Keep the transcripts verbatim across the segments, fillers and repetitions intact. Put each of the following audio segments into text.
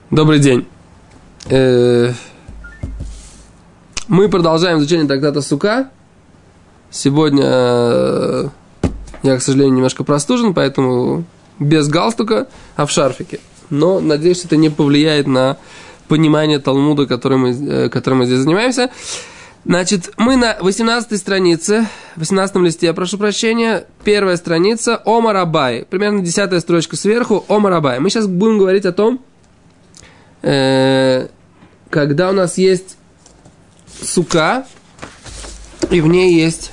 Добрый день. Мы продолжаем изучение трактата Сука. Сегодня я, к сожалению, немножко простужен, поэтому без галстука, а в шарфике. Но надеюсь, что это не повлияет на понимание Талмуда, которым мы, которым мы здесь занимаемся. Значит, мы на восемнадцатой странице, восемнадцатом листе, я прошу прощения, первая страница, Омар Абай, примерно десятая строчка сверху, Омар Абай. Мы сейчас будем говорить о том, э, когда у нас есть сука, и в ней есть,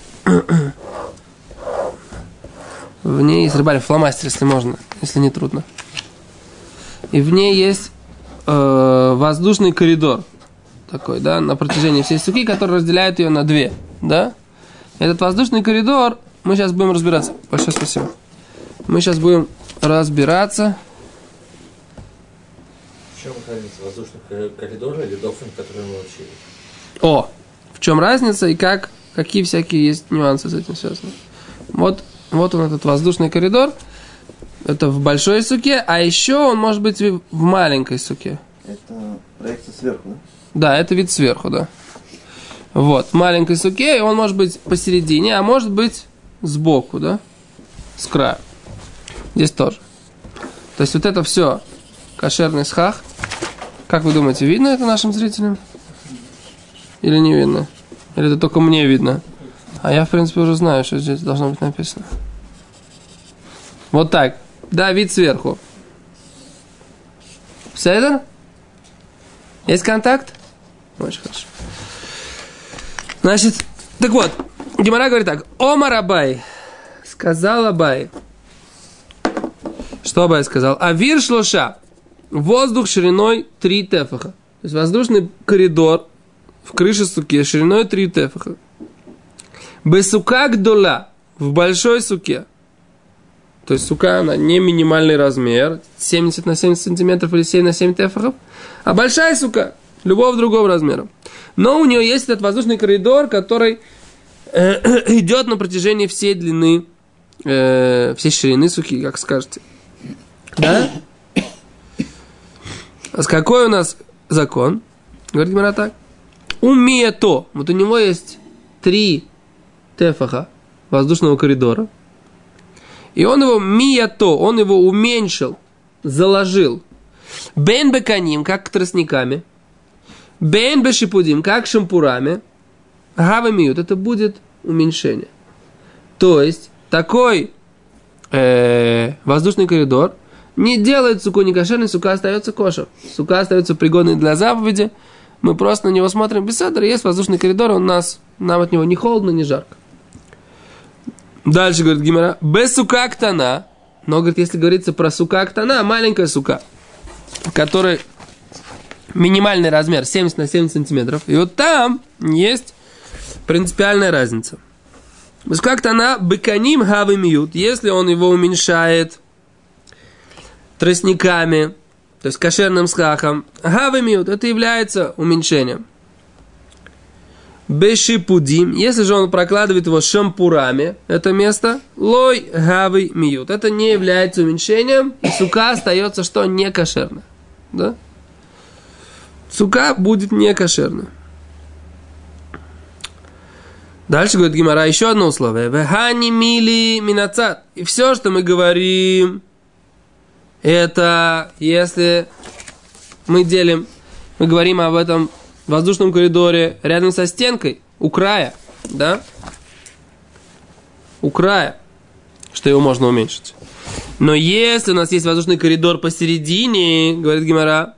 в ней есть, рыбаль, фломастер, если можно, если не трудно. И в ней есть э, воздушный коридор. Такой, да, на протяжении всей суки, который разделяет ее на две, да. Этот воздушный коридор, мы сейчас будем разбираться. Большое спасибо. Мы сейчас будем разбираться. В чем разница воздушного коридора или дофин, который мы учили? О, в чем разница и как, какие всякие есть нюансы с этим связаны. Вот, вот он, этот воздушный коридор. Это в большой суке, а еще он может быть в маленькой суке. Это проекция сверху, да? Да, это вид сверху, да. Вот, в маленькой суке, он может быть посередине, а может быть сбоку, да, с края. Здесь тоже. То есть вот это все кошерный схах. Как вы думаете, видно это нашим зрителям? Или не видно? Или это только мне видно? А я, в принципе, уже знаю, что здесь должно быть написано. Вот так. Да, вид сверху. Седер? Есть контакт? Очень хорошо. Значит, так вот, Гемара говорит так. Омар Абай. Сказал Абай. Что Абай сказал? Авир шлоша. Воздух шириной три тефаха. То есть воздушный коридор в крыше суки шириной три тефаха. Бесука гдола. В большой суке. То есть сука, она не минимальный размер. семьдесят на семьдесят сантиметров или семь на семь тефахов. А большая сука. Любого другого размера. Но у нее есть этот воздушный коридор, который э, идет на протяжении всей длины, э, всей ширины суки, как скажете. Да? А с какой у нас закон? Говорит Гемара так. Умея то. Вот у него есть три тефаха воздушного коридора. И он его мия-то, он его уменьшил, заложил. Бен беканим, как тростниками. Бен бешипудим, как шампурами. Гава миют, это будет уменьшение. То есть, такой э, воздушный коридор не делает суку некошерной, сука остается кошер. Сука остается пригодной для заповеди. Мы просто на него смотрим. Беседер, есть воздушный коридор, у нас, нам от него не холодно, не жарко. Дальше, говорит Гемара, без сука ктана. Но, говорит, если говорится про сука ктана, маленькая сука, которая минимальный размер семьдесят на семьдесят сантиметров. И вот там есть принципиальная разница. Без сука ктана беканим гавы миют. Если он его уменьшает тростниками, то есть кошерным схахом, гавы миют, это является уменьшением. Бешипудим, если же он прокладывает его шампурами, это место, лой гавы миют. Это не является уменьшением, и сука остается, что не кошерно. Да? Сука будет не кошерна. Дальше говорит Гемара, еще одно условие. Вехани мили минацат. И все, что мы говорим, это если мы делим, мы говорим об этом в воздушном коридоре рядом со стенкой, у края, да? У края, что его можно уменьшить. Но если у нас есть воздушный коридор посередине, говорит Гемара,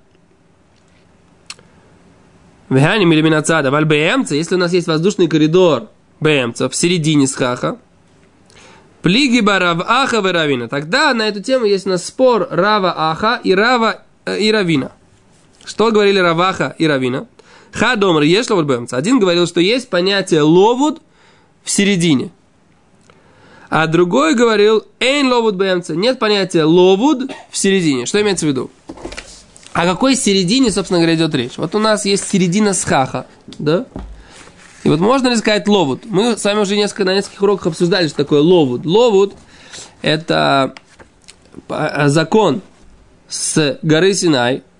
веханим или минацада, валь бэмца, если у нас есть воздушный коридор бэмца в середине схаха, плигиба рав аха и равина, тогда на эту тему есть у нас спор рава аха и рава э, и равина. Что говорили раваха и равина? Хадомр еш ловуд бэмца. Один говорил, что есть понятие ловуд в середине. А другой говорил, эйн ловуд бэмца. Нет понятия ловуд в середине. Что имеется в виду? О какой середине, собственно говоря, идет речь? Вот у нас есть середина схаха, да? И вот можно ли сказать ловуд? Мы с вами уже несколько, на нескольких уроках обсуждали, что такое ловуд. Ловуд – это закон с горы Синай,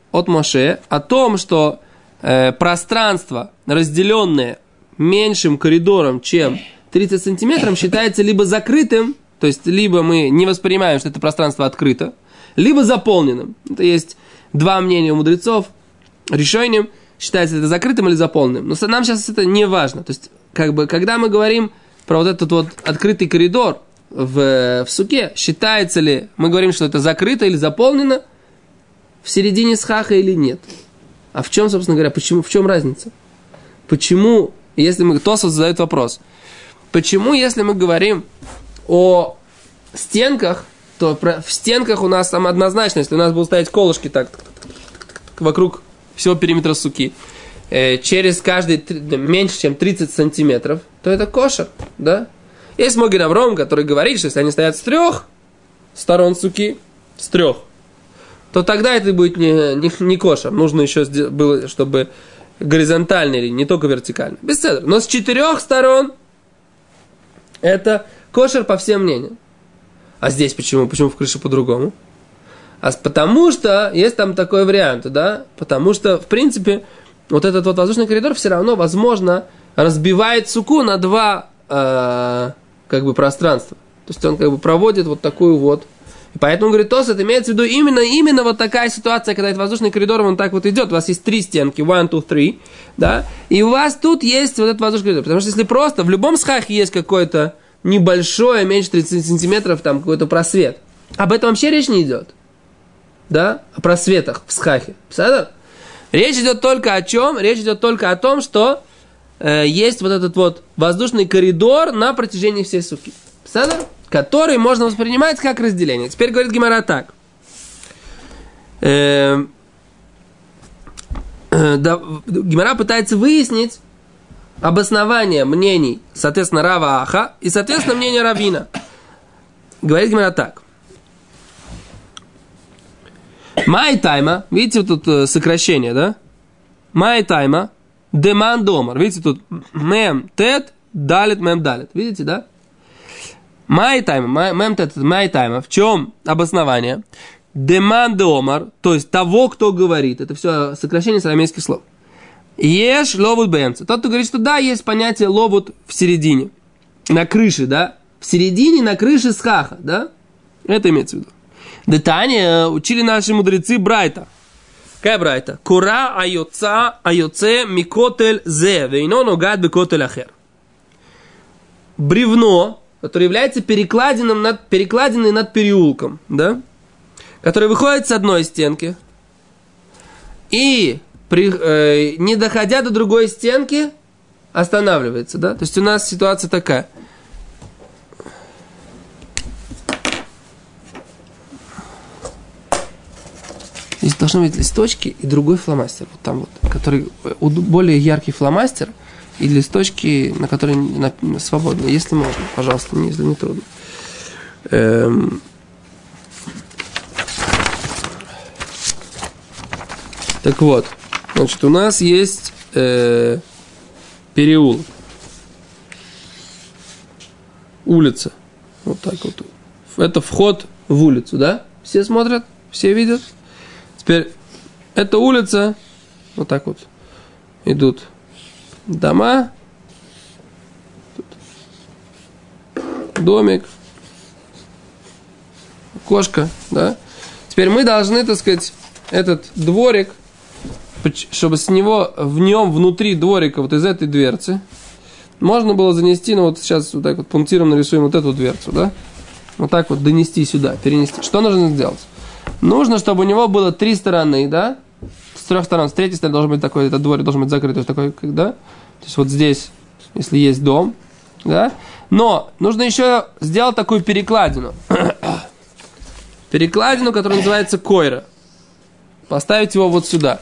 от Моше о том, что э, пространство, разделенное меньшим коридором, чем тридцать сантиметров, считается либо закрытым, то есть либо мы не воспринимаем, что это пространство открыто, либо заполненным. Это есть два мнения у мудрецов. Решением считается это закрытым или заполненным. Но нам сейчас это не важно. То есть, как бы, когда мы говорим про вот этот вот открытый коридор в, в суке, считается ли, мы говорим, что это закрыто или заполнено в середине схаха или нет. А в чем, собственно говоря, почему, в чем разница? Почему, если мы, Тосфот задает вопрос, почему, если мы говорим о стенках, то в стенках у нас там однозначно, если у нас будут стоять колышки так вокруг всего периметра суки, э, через каждый меньше, чем тридцать сантиметров, то это кошер, да? Есть Моген Авром, который говорит, что если они стоят с трех сторон суки, с трех, то тогда это будет не, не, не кошер. Нужно еще было, чтобы горизонтально или не только вертикально. Бесцедр. Но с четырех сторон это кошер по всем мнениям. А здесь почему? Почему в крыше по-другому? А потому что есть там такой вариант, да? Потому что, в принципе, вот этот вот воздушный коридор все равно, возможно, разбивает суку на два э, как бы пространства. То есть он как бы проводит вот такую вот. И поэтому, говорит, Тосфот, имеется в виду именно, именно вот такая ситуация, когда этот воздушный коридор, он так вот идет. У вас есть три стенки, one, two, three, да? И у вас тут есть вот этот воздушный коридор. Потому что если просто, в любом схахе есть какой-то небольшое, меньше тридцати сантиметров, там какой-то просвет. Об этом вообще речь не идет. Да? О просветах в схахе. Представляете? Речь идет только о чем? Речь идет только о том, что э, есть вот этот вот воздушный коридор на протяжении всей суки. Представляете? Который можно воспринимать как разделение. Теперь говорит Гемара так. Э, э, да, Гемара пытается выяснить обоснование мнений, соответственно, Рава Аха и, соответственно, мнение Равина. Говорит Гемара так. Май тайма, видите, вот тут сокращение, да? Май тайма, деман домар. Видите, тут мем тет, далит, мем далит. Видите, да? Май тайма, мем тет, май тайма. В чем обоснование? Деман домар, то есть того, кто говорит. Это все сокращение с арамейских слов. Еш ловут бэмца. Тот, кто говорит, что да, есть понятие ловут в середине. На крыше, да? В середине, на крыше схаха, да? Это имеется в виду. Детание учили наши мудрецы Брайта. Какая Брайта? Кура айоца айоце микотель зе вейно ногад бекотель ахер. Бревно, которое является перекладиной над, перекладиной над переулком, да? Которое выходит с одной стенки и При, э, не доходя до другой стенки, останавливается, да? То есть у нас ситуация такая. Здесь должны быть листочки и другой фломастер, вот там вот, который более яркий фломастер и листочки, на которые на, на, свободны, если можно, пожалуйста, не, если не трудно. Эм. Так вот. Значит, у нас есть э, переулок, улица, вот так вот. Это вход в улицу, да? Все смотрят, все видят. Теперь эта улица, вот так вот, идут дома, тут домик, окошко, да? Теперь мы должны, так сказать, этот дворик, чтобы с него, в нем, внутри дворика, вот из этой дверцы, можно было занести, ну вот сейчас вот так вот пунктиром нарисуем вот эту дверцу, да? Вот так вот донести сюда, перенести. Что нужно сделать? Нужно, чтобы у него было три стороны, да? С трех сторон. С третьей стороны должен быть такой, этот дворик должен быть закрыт, то есть такой, да? То есть вот здесь, если есть дом, да? Но нужно еще сделать такую перекладину. Перекладину, которая называется койра. Поставить его вот сюда.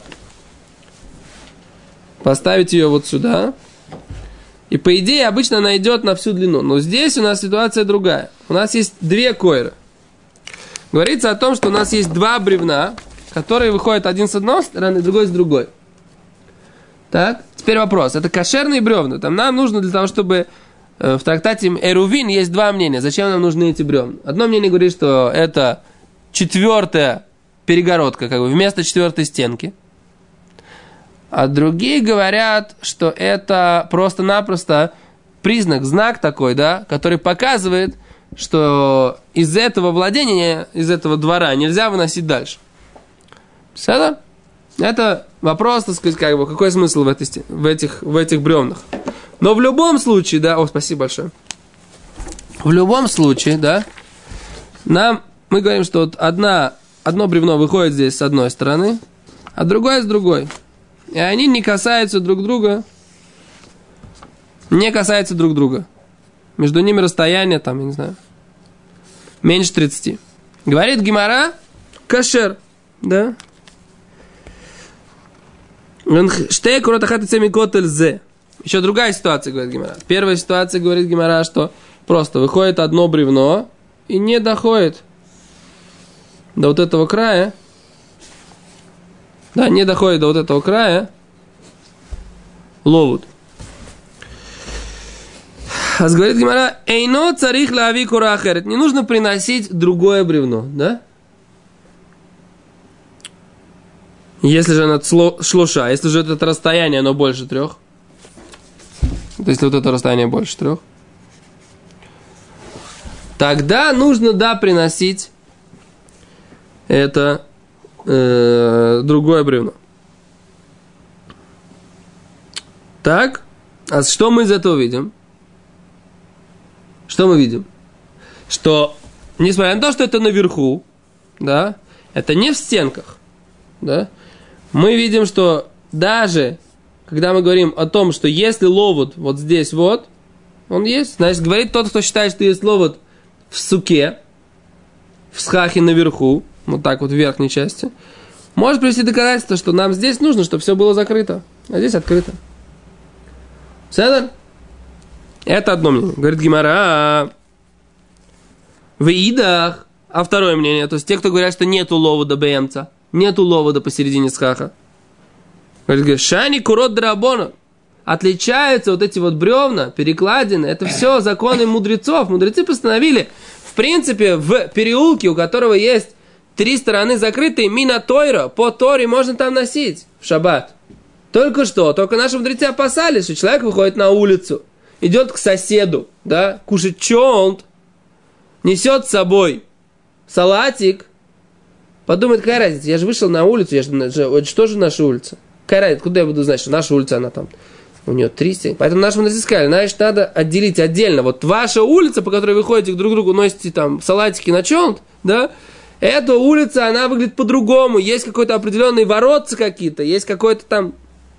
Поставить ее вот сюда. И по идее обычно она идет на всю длину. Но здесь у нас ситуация другая. У нас есть две койры. Говорится о том, что у нас есть два бревна, которые выходят один с одной стороны, другой с другой. Так, теперь вопрос. Это кошерные бревна. Там нам нужно для того, чтобы э, в трактате Эрувин есть два мнения. Зачем нам нужны эти бревна? Одно мнение говорит, что это четвертая перегородка, как бы вместо четвертой стенки. А другие говорят, что это просто-напросто признак, знак такой, да, который показывает, что из этого владения, из этого двора нельзя выносить дальше. Все, это вопрос, так сказать, как бы, какой смысл в, этой, в, этих, в этих бревнах. Но в любом случае, да, о, спасибо большое. В любом случае, да, нам, мы говорим, что вот одна, одно бревно выходит здесь с одной стороны, а другое с другой. И они не касаются друг друга, не касаются друг друга. Между ними расстояние, там, я не знаю, меньше тридцати. Говорит Гемара, кашер, да. Штей куротахат цеми котель зе. Еще другая ситуация, говорит Гемара. Первая ситуация, говорит Гемара, что просто выходит одно бревно и не доходит до вот этого края. Да, не доходит до вот этого края. Ловут. А говорит Гемара, эйно царих лави курахерет. Не нужно приносить другое бревно, да? Если же она шлуша, если же это расстояние, оно больше трех. То есть вот это расстояние больше трех. Тогда нужно, да, приносить это э, другое бревно. Так, а что мы из этого видим? Что мы видим? Что, несмотря на то, что это наверху, да, это не в стенках, да, мы видим, что даже когда мы говорим о том, что если ловут вот здесь вот, он есть, значит, говорит тот, кто считает, что есть ловут в суке, в схахе наверху, вот так вот в верхней части, может привести доказательство, что нам здесь нужно, чтобы все было закрыто, а здесь открыто. Седер? Это одно мнение. Говорит Гемара, в идах. А второе мнение, то есть те, кто говорят, что нету ловуда бэмца, нету ловуда посередине схаха. Говорит, шани курот драбона. Отличаются вот эти вот бревна, перекладины. Это все законы мудрецов. Мудрецы постановили, в принципе, в переулке, у которого есть три стороны закрытые, мина тойра, по торе можно там носить в шаббат. Только что, только наши мудрецы опасались, что человек выходит на улицу, идет к соседу, да, кушать чонт, несет с собой салатик, подумает, какая разница, я же вышел на улицу, я же, что же наша улица? Какая разница, куда я буду знать, что наша улица, она там, у нее три стены. Поэтому наши мудрецы сказали, значит, надо отделить отдельно. Вот ваша улица, по которой вы ходите друг к другу, носите там салатики на чонт, да, эта улица, она выглядит по-другому, есть какой-то определенные воротцы какие-то, есть какой-то там,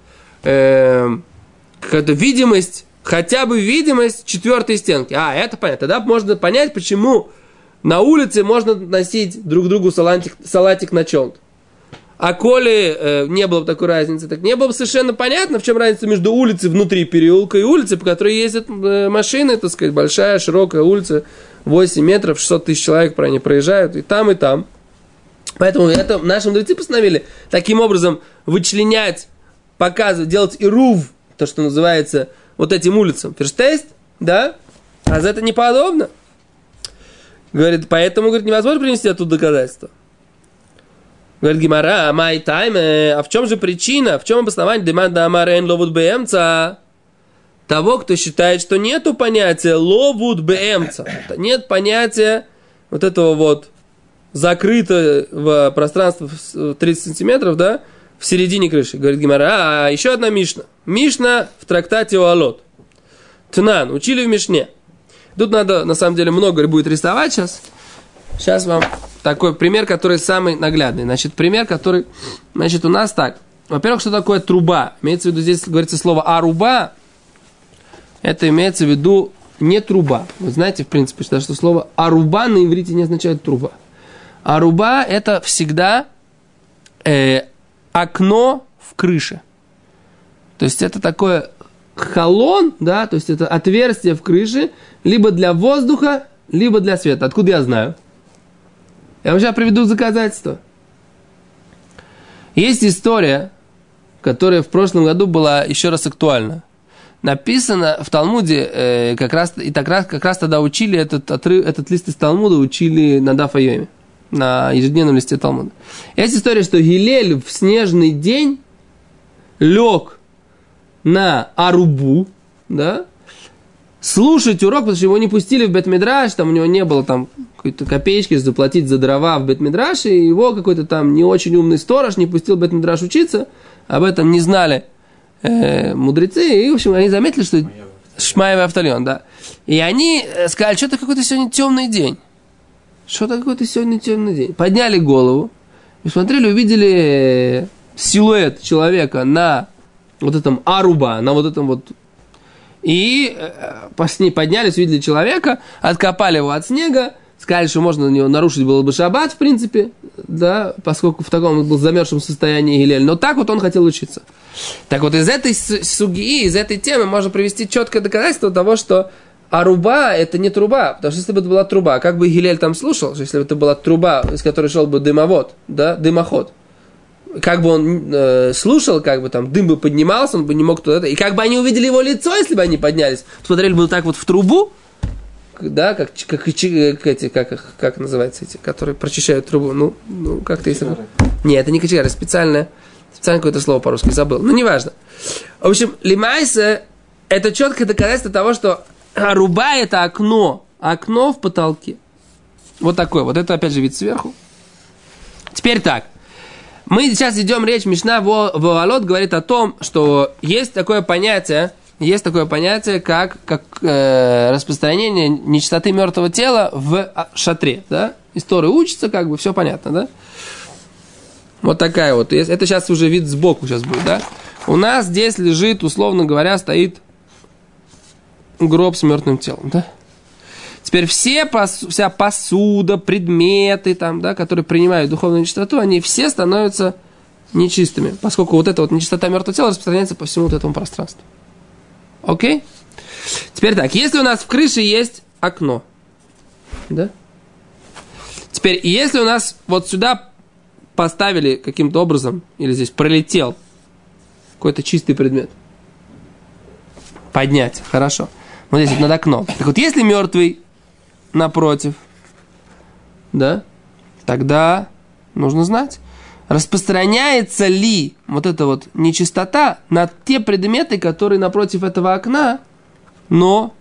э, какая-то видимость, хотя бы видимость четвертой стенки. А, это понятно. Тогда можно понять, почему на улице можно носить друг другу салатик, салатик на чонт. А коли э, не было бы такой разницы, так не было бы совершенно понятно, в чем разница между улицей внутри переулка и улицей, по которой ездят э, машины, так сказать, большая, широкая улица, восемь метров, шестьсот тысяч человек про ней проезжают, и там, и там. Поэтому это наши мудрецы постановили таким образом вычленять, показывать, делать ирув, то, что называется, вот этим улицам. Ферштейст, да? А за это не подобно. Говорит, поэтому, говорит, невозможно принести оттуда доказательства. Говорит Гемара, май тайме, а в чем же причина, в чем обоснование деманда амарен ловут бэмца? Того, кто считает, что нету понятия ловут бэмца. Нет понятия вот этого вот закрытого пространства в тридцать сантиметров, да, в середине крыши. Говорит Гемара, а еще одна Мишна. Мишна в трактате Оалот. Тнан, учили в Мишне. Тут надо, на самом деле, много будет рисовать сейчас. Сейчас вам такой пример, который самый наглядный. Значит, пример, который... Значит, у нас так. Во-первых, что такое труба? Имеется в виду, здесь говорится слово аруба. Это имеется в виду не труба. Вы знаете, в принципе, что слово аруба на иврите не означает труба. Аруба – это всегда э, окно в крыше. То есть, это такое халон, да, то есть, это отверстие в крыше, либо для воздуха, либо для света. Откуда я знаю? Я вам сейчас приведу доказательства. Есть история, которая в прошлом году была еще раз актуальна. Написано в Талмуде, э, как раз, и так раз, как раз тогда учили этот, отрыв, этот лист из Талмуда, учили на Даф Айоме. на ежедневном листе Талмуда. Есть история, что Гилель в снежный день лег на арубу, да, слушать урок, потому что его не пустили в Бет-Мидраш, там у него не было там какой-то копеечки заплатить за дрова в Бет-Мидраш, и его какой-то там не очень умный сторож не пустил в Бет-Мидраш учиться, об этом не знали э, мудрецы, и, в общем, они заметили, что Шмаева Автальон, да, и они сказали, что-то какой-то сегодня темный день, что-то какой-то сегодня темный день, подняли голову, и смотрели, увидели силуэт человека на вот этом аруба, на вот этом вот. И э, поднялись, увидели человека, откопали его от снега, сказали, что можно на него нарушить было бы шаббат, в принципе, да, поскольку в таком был замерзшем состоянии Гилель. Но так вот он хотел учиться. Так вот, из этой сугии, из этой темы можно привести четкое доказательство того, что аруба – это не труба. Потому что если бы это была труба, как бы Гилель там слушал, что если бы это была труба, из которой шел бы дымовод, да, дымоход, как бы он э, слушал, как бы там дым бы поднимался, он бы не мог туда, и как бы они увидели его лицо, если бы они поднялись, смотрели бы вот так вот в трубу, да, как, как, как эти, как, как называется эти, которые прочищают трубу, ну, ну как-то если... Нет, это не кочегары, специальное, специальное какое-то слово по-русски забыл, ну, неважно. В общем, лимайса – это четкое доказательство того, что аруба – это окно, окно в потолке. Вот такое, вот это опять же вид сверху. Теперь так. Мы сейчас идем речь, Мишна Вуалот говорит о том, что есть такое понятие, есть такое понятие, как, как э, распространение нечистоты мертвого тела в шатре, да? История учится, как бы, все понятно, да? Вот такая вот, это сейчас уже вид сбоку сейчас будет, да? У нас здесь лежит, условно говоря, стоит гроб с мертвым телом, да? Теперь все, вся посуда, предметы, там, да, которые принимают духовную нечистоту, они все становятся нечистыми, поскольку вот эта вот нечистота мертвого тела распространяется по всему вот этому пространству. Окей? Теперь так, если у нас в крыше есть окно, да? Теперь, если у нас вот сюда поставили каким-то образом, или здесь пролетел какой-то чистый предмет, поднять, хорошо, вот здесь вот над окном. Так вот, если мертвый напротив, да, тогда нужно знать, распространяется ли вот эта вот нечистота на те предметы, которые напротив этого окна, но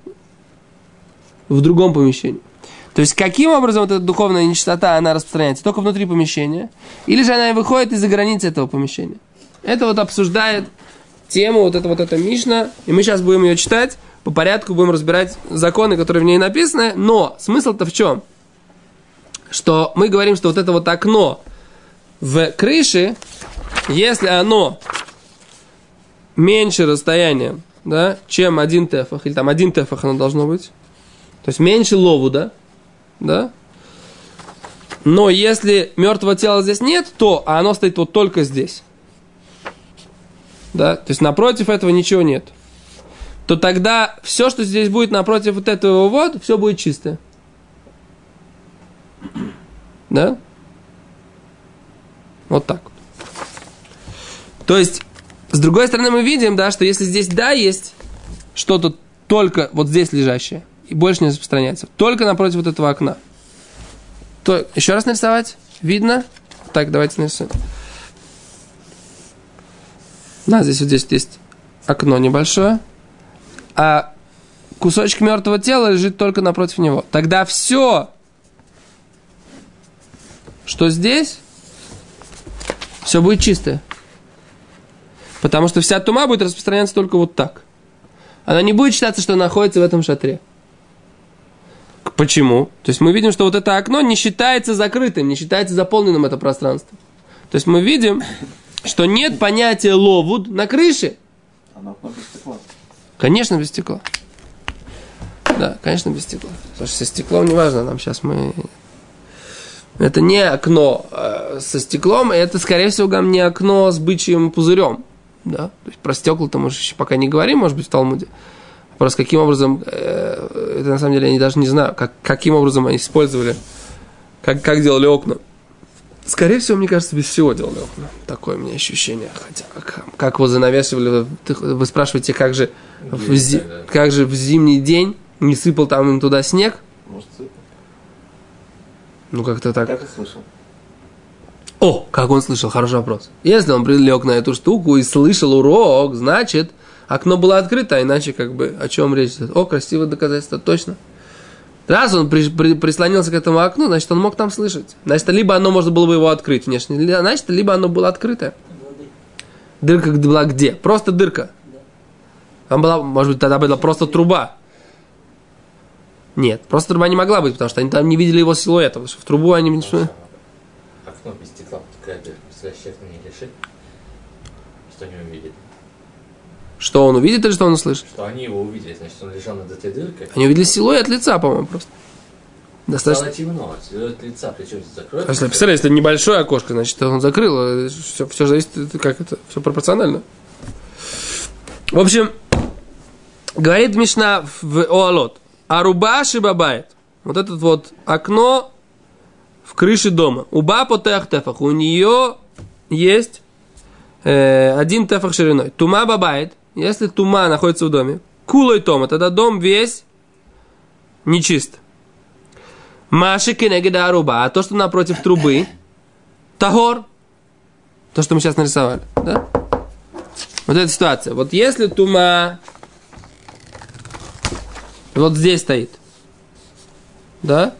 в другом помещении. То есть, каким образом вот эта духовная нечистота, она распространяется? Только внутри помещения? Или же она выходит из-за границы этого помещения? Это вот обсуждает тему, вот это вот эта Мишна, и мы сейчас будем ее читать. По порядку будем разбирать законы, которые в ней написаны. Но смысл-то в чем? Что мы говорим, что вот это вот окно в крыше, если оно меньше расстояния, да, чем один тефах, или там один тефах оно должно быть, то есть меньше ловуда, да, но если мертвого тела здесь нет, то оно стоит вот только здесь, да, то есть напротив этого ничего нет, то тогда все, что здесь будет напротив вот этого вот, все будет чистое. Да? Вот так вот. То есть, с другой стороны, мы видим, да, что если здесь, да, есть что-то только вот здесь лежащее, и больше не распространяется, только напротив вот этого окна, то еще раз нарисовать? Видно? Так, давайте нарисуем. Да, здесь вот здесь есть окно небольшое, а кусочек мертвого тела лежит только напротив него. Тогда все, что здесь, все будет чистое. Потому что вся тума будет распространяться только вот так. Она не будет считаться, что она находится в этом шатре. Почему? То есть мы видим, что вот это окно не считается закрытым, не считается заполненным это пространство. То есть мы видим, что нет понятия ловуд на крыше. Оно окно без стекла. Конечно, без стекла. Да, конечно, без стекла. Потому что со стеклом не важно, нам сейчас мы... Это не окно э, со стеклом, это, скорее всего, не окно с бычьим пузырем. Да? То есть про стекла-то мы еще пока не говорим, может быть, в Талмуде. Просто каким образом, э, это на самом деле я даже не знаю, как, каким образом они использовали, как, как делали окна. Скорее всего, мне кажется, без всего делали окна. Такое у меня ощущение. Хотя, как, как его занавешивали, вы спрашиваете, как же, в, зи, как же в зимний день не сыпал там им туда снег? Может, сыпал. Ну, как-то так. Как ты слышал? О, как он слышал, хороший вопрос. Если он прилег на эту штуку и слышал урок, значит, окно было открыто, а иначе как бы о чем речь идет? О, красивое доказательство, точно. Раз он при, при, прислонился к этому окну, значит, он мог там слышать. Значит, либо оно можно было бы его открыть внешне, значит, либо оно было открытое. Дырка была где? Просто дырка. Там была, может быть, тогда была просто труба. Нет, просто труба не могла быть, потому что они там не видели его силуэта. Потому что в трубу они... Окно без стекла, такая дырка. Представляешь, человек на ней лежит, что они увидели? Что он увидит или что он услышит? Что они его увидели, значит, он лежал над этой дыркой. Они увидели силуэт лица, по-моему, просто. Достаточно. Стало темно, силуэт лица, причем здесь закроется. Если, представляете, если это небольшое окошко, значит, он закрыл. Все, все зависит, как это, все пропорционально. В общем, говорит Мишна в Оалот. Аруба шибабает. Вот это вот окно в крыше дома. Уба по теах-тефах. У нее есть э, один тефах шириной. Тума бабает. Если тума находится в доме. Кулой тома. Тогда дом весь нечист. Маши кенегеда аруба. А то, что напротив трубы. Тагор. То, что мы сейчас нарисовали. Да? Вот эта ситуация. Вот если тума вот здесь стоит, да,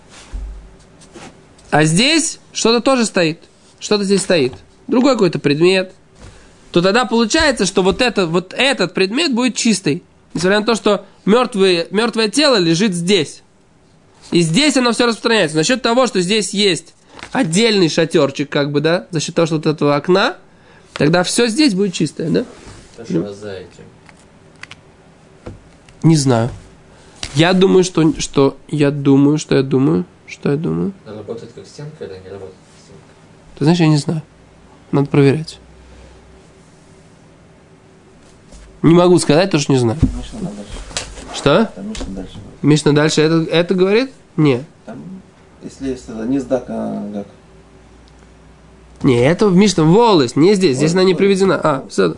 а здесь что-то тоже стоит, что-то здесь стоит, другой какой-то предмет, то тогда получается, что вот, это, вот этот предмет будет чистый, несмотря на то, что мертвое, мертвое тело лежит здесь. И здесь оно все распространяется. За счет того, что здесь есть отдельный шатерчик, как бы, да, за счет того, что вот этого окна, тогда все здесь будет чистое, да? Что вас за этим? Не знаю. Я думаю, что, что я думаю, что я думаю, что я думаю. Она работает как стенка или не работает как стенка? Ты знаешь, я не знаю. Надо проверять. Не могу сказать, потому что не знаю. Мишна дальше. Что? Там Мишна дальше. Мишна дальше это, это говорит? Нет. Там, если есть это не сдак, а гак. Не, это в Мишне волос, не здесь. Здесь она не приведена. А, все.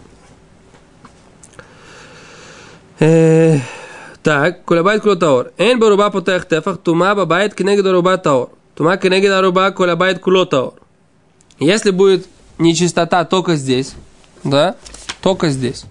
Э, так, кулабайт кулотаор. Эн баруба потех тефах, тума бабайт кенегед аруба таор. Тума кенегед аруба кулабайт кулотаор. Если будет нечистота только здесь, да, только здесь,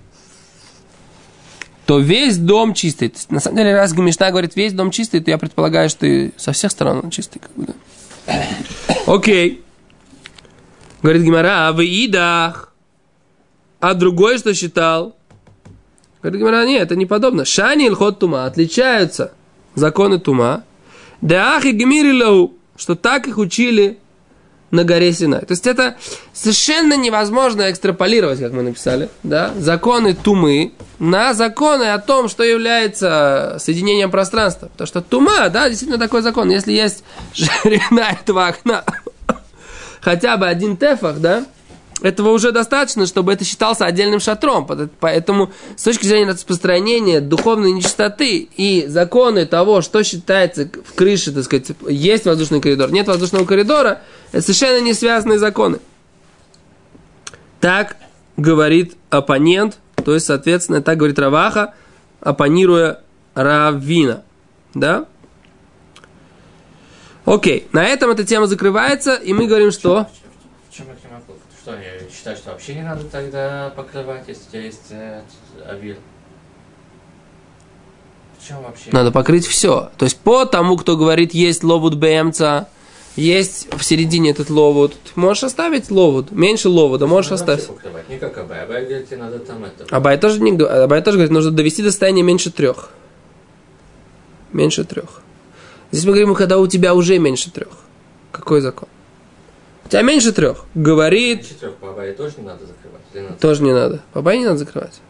то весь дом чистый. На самом деле, раз Мишна говорит, весь дом чистый, то я предполагаю, что и со всех сторон он чистый. Как бы, да. Окей. Говорит Гемара, а в идах. А другой что считал? Говорит Гемара, нет, это не подобно. Шани и лхот тума отличаются законы тума. Деах и гемирилау, что так их учили на горе Синай. То есть это совершенно невозможно экстраполировать, как мы написали, да, законы тумы на законы о том, что является соединением пространства. Потому что тума, да, действительно такой закон. Если есть ширина этого окна, хотя бы один тефах, да, этого уже достаточно, чтобы это считался отдельным шатром. Поэтому с точки зрения распространения духовной нечистоты и законы того, что считается в крыше, так сказать, есть воздушный коридор, нет воздушного коридора, это совершенно не связанные законы. Так говорит оппонент, то есть, соответственно, так говорит Рав Аха, оппонируя Раввина. Да? Окей, на этом эта тема закрывается, и мы говорим, что... В чем их не могу? Что, они считают, что вообще не надо тогда покрывать, если у тебя есть э, авир? В чем вообще? Надо покрыть все. То есть, по тому, кто говорит, есть ловут бэмца, есть в середине этот ловут, ты можешь оставить ловут, меньше ловуда, можешь оставить. Покрывать. Не как Абай. Абай говорит, тебе надо там это... Абай тоже, не, Абай тоже говорит, нужно довести до состояния меньше трех. Меньше трех. Здесь мы говорим, когда у тебя уже меньше трех. Какой закон? У тебя меньше трех. Говорит... Меньше трех по Абае тоже не надо закрывать? Или надо? Тоже не надо. По Абай не надо закрывать.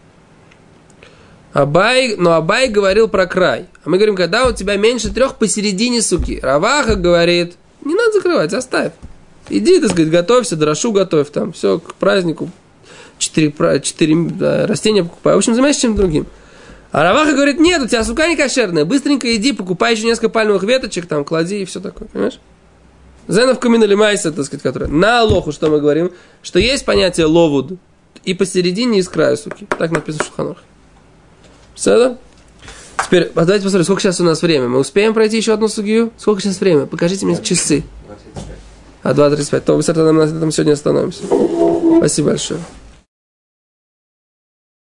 Абай, но Абай говорил про край. А мы говорим, когда у тебя меньше трех посередине суки. Рав Аха говорит, не надо закрывать, оставь. Иди, так сказать, готовься, дрошу готовь там. Все, к празднику. Четыре, четыре да, растения покупай. В общем, занимайся чем-то другим. А Рав Аха говорит, нет, у тебя сука не кошерная. Быстренько иди, покупай еще несколько пальмовых веточек, там, клади и все такое, понимаешь? Зенов камин или майса, так сказать, который на лоху, что мы говорим, что есть понятие ловуд и посередине, и с краю, суки. Так написано в Шулхан Арухе. Все, да? Теперь, давайте посмотрим, сколько сейчас у нас время. Мы успеем пройти еще одну сугию? Сколько сейчас время? Покажите мне часы. двадцать пять. А, два тридцать пять. То, мы на этом сегодня остановимся. Спасибо большое.